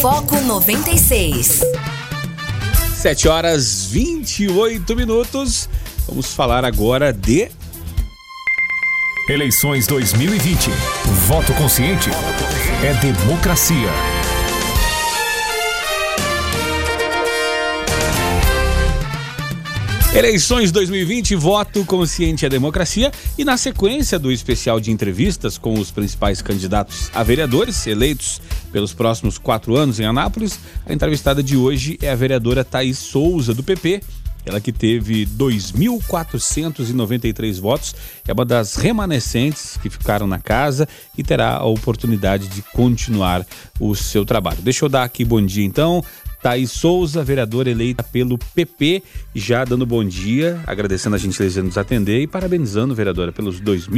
Foco 96. 7h28. Vamos falar agora de Eleições 2020. Voto consciente é democracia. Eleições 2020, voto consciente é democracia. E na sequência do especial de entrevistas com os principais candidatos a vereadores eleitos pelos próximos 4 anos em Anápolis, a entrevistada de hoje é a vereadora Thaís Souza, do PP. Ela que teve 2.493 votos, é uma das remanescentes que ficaram na casa e terá a oportunidade de continuar o seu trabalho. Deixa eu dar aqui bom dia então. Thaís Souza, vereadora eleita pelo PP, já dando bom dia, agradecendo a gentileza de nos atender e parabenizando, vereadora, pelos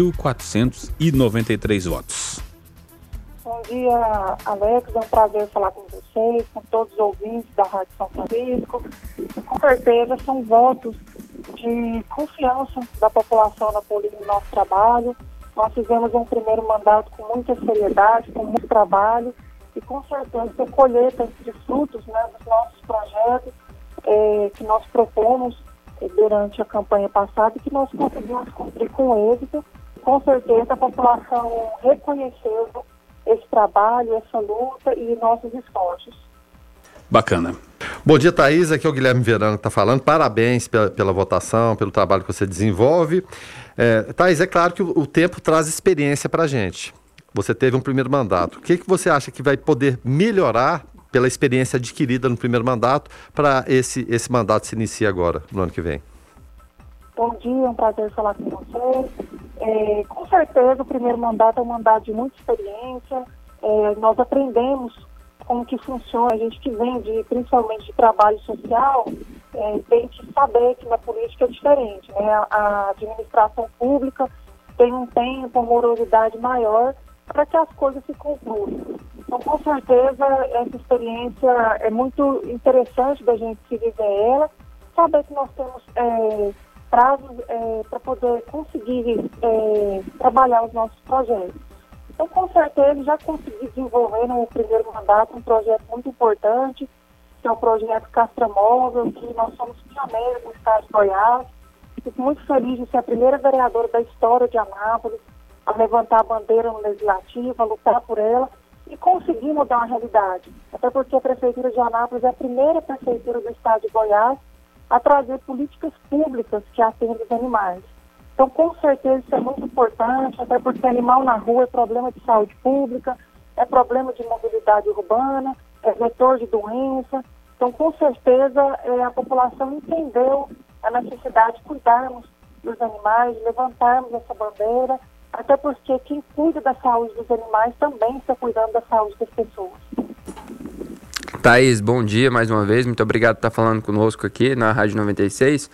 2.493 votos. Bom dia, Alex, é um prazer falar com vocês, com todos os ouvintes da Rádio São Francisco. Com certeza são votos de confiança da população na política do nosso trabalho. Nós fizemos um primeiro mandato com muita seriedade, com muito trabalho, e com certeza a colheita de frutos, né, dos nossos projetos que nós propomos durante a campanha passada e que nós conseguimos cumprir com êxito. Com certeza a população reconheceu esse trabalho, essa luta e nossos esforços. Bacana. Bom dia, Thaís. Aqui é o Guilherme Verano que está falando. Parabéns pela votação, pelo trabalho que você desenvolve. Thaís, é claro que o tempo traz experiência para a gente. Você teve um primeiro mandato. O que você acha que vai poder melhorar pela experiência adquirida no primeiro mandato para esse mandato se inicie agora, no ano que vem? Bom dia, é um prazer falar com vocês. Com certeza o primeiro mandato é um mandato de muita experiência. Nós aprendemos como que funciona. A gente que vem principalmente de trabalho social tem que saber que na política é diferente, né? A administração pública tem um tempo, uma morosidade maior para que as coisas se concluam. Então, com certeza, essa experiência é muito interessante da gente se viver ela, saber que nós temos prazos para poder conseguir trabalhar os nossos projetos. Então, com certeza, já consegui desenvolver no primeiro mandato um projeto muito importante, que é o projeto Castramóvel, que nós somos pioneiros no estado de Goiás. Fico muito feliz de ser a primeira vereadora da história de Anápolis a levantar a bandeira no Legislativo, a lutar por ela e conseguir mudar uma realidade. Até porque a Prefeitura de Anápolis é a primeira prefeitura do estado de Goiás a trazer políticas públicas que atendem os animais. Então, com certeza, isso é muito importante, até porque animal na rua é problema de saúde pública, é problema de mobilidade urbana, é vetor de doença. Então, com certeza, a população entendeu a necessidade de cuidarmos dos animais, de levantarmos essa bandeira, até porque quem cuida da saúde dos animais também está cuidando da saúde das pessoas. Thaís, bom dia mais uma vez, muito obrigado por estar falando conosco aqui na Rádio 96.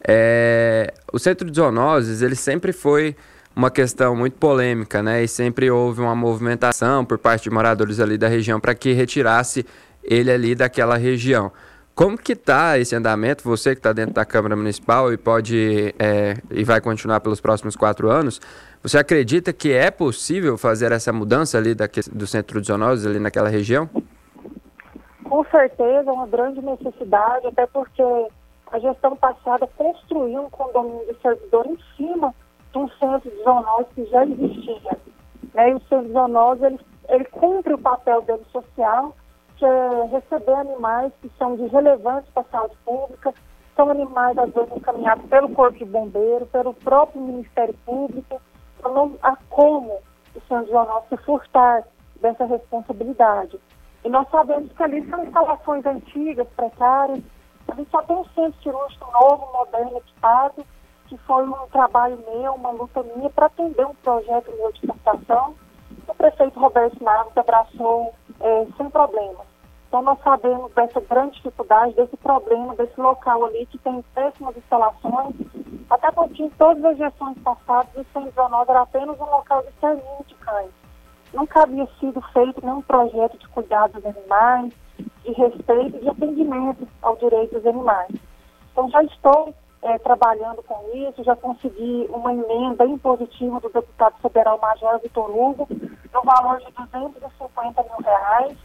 O Centro de Zoonoses, ele sempre foi uma questão muito polêmica, né? E sempre houve uma movimentação por parte de moradores ali da região para que retirasse ele ali daquela região. Como que está esse andamento? Você que está dentro da Câmara Municipal e e vai continuar pelos próximos 4 anos, você acredita que é possível fazer essa mudança ali do Centro de Zoonoses ali naquela região? Com certeza, é uma grande necessidade, até porque a gestão passada construiu um condomínio de servidor em cima de um centro de zoonose que já existia. Né? E o centro de zoonose, ele cumpre o papel dele social, que é receber animais que são de relevância para a saúde pública, são animais, às vezes, encaminhados pelo Corpo de Bombeiro, pelo próprio Ministério Público. Então, não há como o centro de zoonose se furtar dessa responsabilidade. E nós sabemos que ali são instalações antigas, precárias. A gente só tem um centro cirúrgico novo, moderno, equipado, que foi um trabalho meu, uma luta minha, para atender um projeto meu de captação. O prefeito Roberto Naves abraçou sem problemas. Então nós sabemos dessa grande dificuldade, desse problema, desse local ali que tem péssimas instalações, até porque em todas as gestões passadas o centro de zoonose era apenas um local de extermínio de cães. Nunca havia sido feito nenhum projeto de cuidado dos animais, de respeito e de atendimento ao direito dos animais. Então já estou trabalhando com isso, já consegui uma emenda impositiva do deputado federal Major Vitor Hugo, no valor de R$250 mil,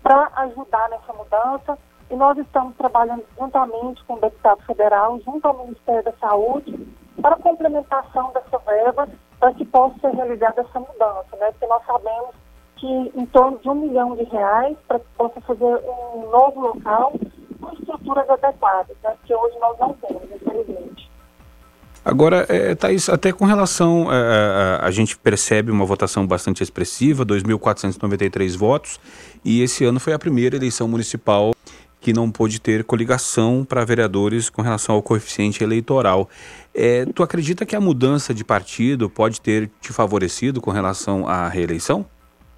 para ajudar nessa mudança. E nós estamos trabalhando juntamente com o deputado federal, junto ao Ministério da Saúde, para a complementação dessa verba, para que possa ser realizada essa mudança, né? Porque nós sabemos que em torno de R$1 milhão para que possa fazer um novo local com estruturas adequadas, né? Que hoje nós não temos, infelizmente. Agora, Thaís, até com relação, a gente percebe uma votação bastante expressiva, 2.493 votos, e esse ano foi a primeira eleição municipal que não pôde ter coligação para vereadores com relação ao coeficiente eleitoral. Tu acredita que a mudança de partido pode ter te favorecido com relação à reeleição?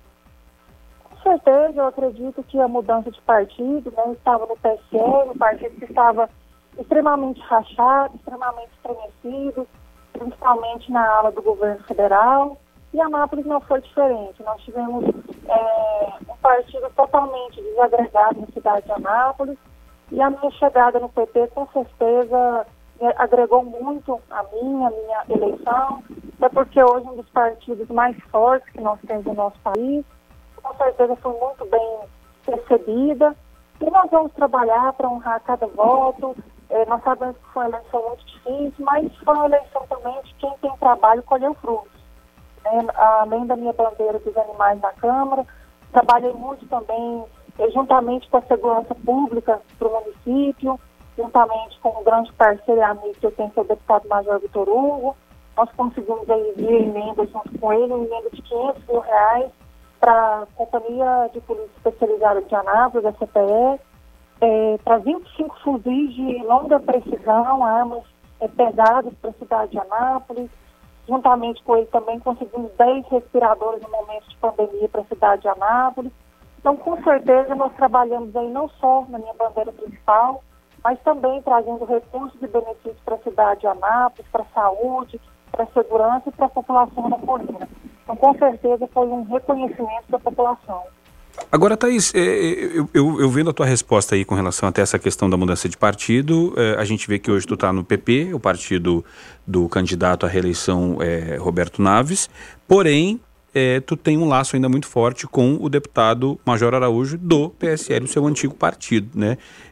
Com certeza, eu acredito que a mudança de partido, né, estava no PSL, um partido que estava extremamente rachado, extremamente estremecido, principalmente na ala do governo federal, e Anápolis não foi diferente. Nós tivemos um partido totalmente desagregado na cidade de Anápolis, e a minha chegada no PT, com certeza, agregou muito a minha eleição, até porque hoje é um dos partidos mais fortes que nós temos no nosso país, com certeza foi muito bem recebida, e nós vamos trabalhar para honrar cada voto. Nós sabemos que foi uma eleição muito difícil, mas foi uma eleição também de quem tem trabalho colheu frutos. Além da minha bandeira dos animais na Câmara, trabalhei muito também juntamente com a segurança pública para o município, juntamente com um grande parceiro e amigo que eu tenho, que é o deputado Major Vitor Hugo. Nós conseguimos aí via emenda junto com ele, uma emenda de R$500 mil para a Companhia de Polícia Especializada de Anápolis, a CPE, para 25 fuzis de longa precisão, armas pesadas para a cidade de Anápolis. Juntamente com ele também conseguimos 10 respiradores no momento de pandemia para a cidade de Anápolis. Então, com certeza, nós trabalhamos aí não só na minha bandeira principal, mas também trazendo recursos e benefícios para a cidade de Anápolis, para a saúde, para a segurança e para a população anapolina. Então, com certeza, foi um reconhecimento da população. Agora, Thaís, eu vendo a tua resposta aí com relação até essa questão da mudança de partido, a gente vê que hoje tu está no PP, o partido do candidato à reeleição Roberto Naves, porém, tu tem um laço ainda muito forte com o deputado Major Araújo do PSL, o seu antigo partido, né?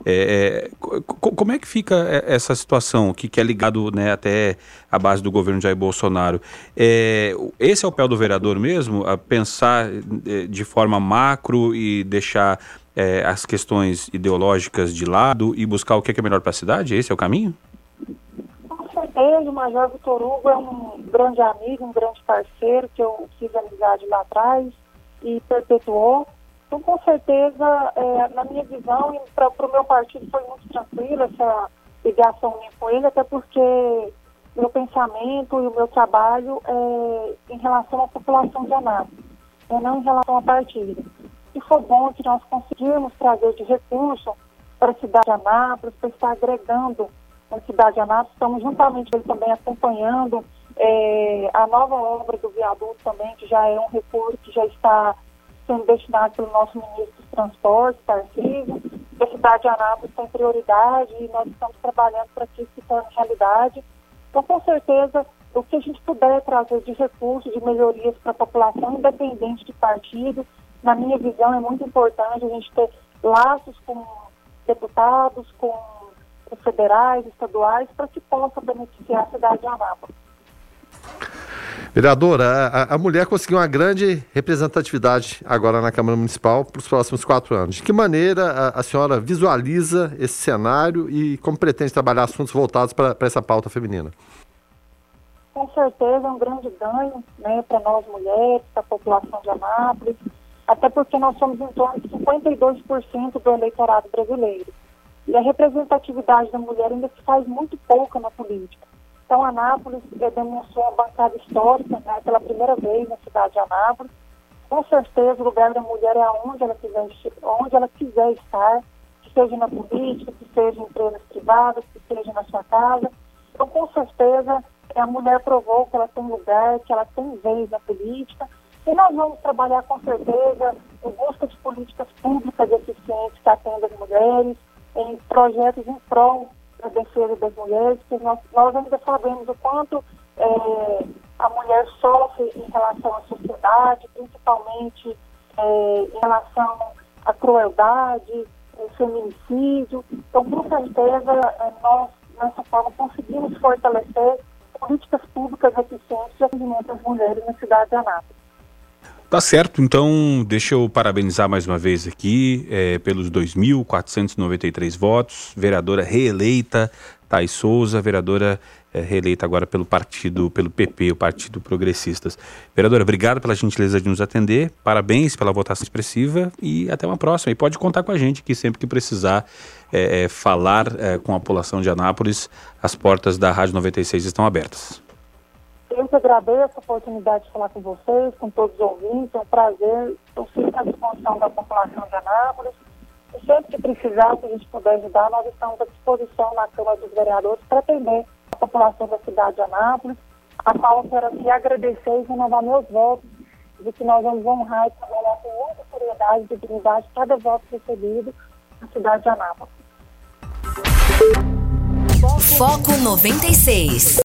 Como é que fica essa situação que é ligado, né, até a base do governo Jair Bolsonaro? Esse é o papel do vereador mesmo, a pensar de forma macro e deixar as questões ideológicas de lado e buscar o que é melhor para a cidade? Esse é o caminho? O Major Vitor Hugo é um grande amigo, um grande parceiro, que eu fiz amizade lá atrás e perpetuou. Então, com certeza, na minha visão, e para o meu partido foi muito tranquila essa ligação minha com ele, até porque meu pensamento e o meu trabalho é em relação à população de Anápolis, não em relação a partido. E foi bom que nós conseguimos trazer de recurso para a cidade de Anápolis, para estar agregando na cidade de Anápolis. Estamos juntamente ele também acompanhando a nova obra do viaduto também, que já é um recurso que já está sendo destinado pelo nosso ministro dos Transportes, Tarcísio. A cidade de Anápolis tem prioridade e nós estamos trabalhando para que isso se torne realidade. Então, com certeza, o que a gente puder trazer de recursos, de melhorias para a população, independente de partido, na minha visão é muito importante a gente ter laços com deputados, com federais, estaduais, para que possa beneficiar a cidade de Anápolis. Vereadora, a mulher conseguiu uma grande representatividade agora na Câmara Municipal para os próximos 4 anos. De que maneira a senhora visualiza esse cenário e como pretende trabalhar assuntos voltados para essa pauta feminina? Com certeza é um grande ganho, né, para nós mulheres, para a população de Anápolis, até porque nós somos em torno de 52% do eleitorado brasileiro. E a representatividade da mulher ainda se faz muito pouca na política. Então, Anápolis demonstrou uma bancada histórica, né, pela primeira vez na cidade de Anápolis. Com certeza, o lugar da mulher é onde ela quiser estar, que seja na política, que seja em empresas privadas, que seja na sua casa. Então, com certeza, a mulher provou que ela tem lugar, que ela tem vez na política. E nós vamos trabalhar, com certeza, em busca de políticas públicas eficientes que atendam as mulheres, em projetos em prol da defesa das mulheres, porque nós ainda sabemos o quanto a mulher sofre em relação à sociedade, principalmente em relação a crueldade, o feminicídio. Então, com certeza, nós, dessa forma, conseguimos fortalecer políticas públicas eficientes de atendimento às mulheres na cidade de Anápolis. Tá certo, então deixa eu parabenizar mais uma vez aqui pelos 2.493 votos, vereadora reeleita Thais Souza, vereadora reeleita agora pelo PP, o Partido Progressistas. Vereadora, obrigado pela gentileza de nos atender, parabéns pela votação expressiva e até uma próxima. E pode contar com a gente que sempre que precisar falar com a população de Anápolis, as portas da Rádio 96 estão abertas. Eu que agradeço a oportunidade de falar com vocês, com todos os ouvintes, é um prazer. Eu fico à disposição da população de Anápolis. E sempre que precisar, se a gente puder ajudar, nós estamos à disposição na Câmara dos Vereadores para atender a população da cidade de Anápolis, a qual eu quero aqui agradecer e renovar meus votos, de que nós vamos honrar e trabalhar com muita seriedade e dignidade cada voto recebido na cidade de Anápolis. Foco 96.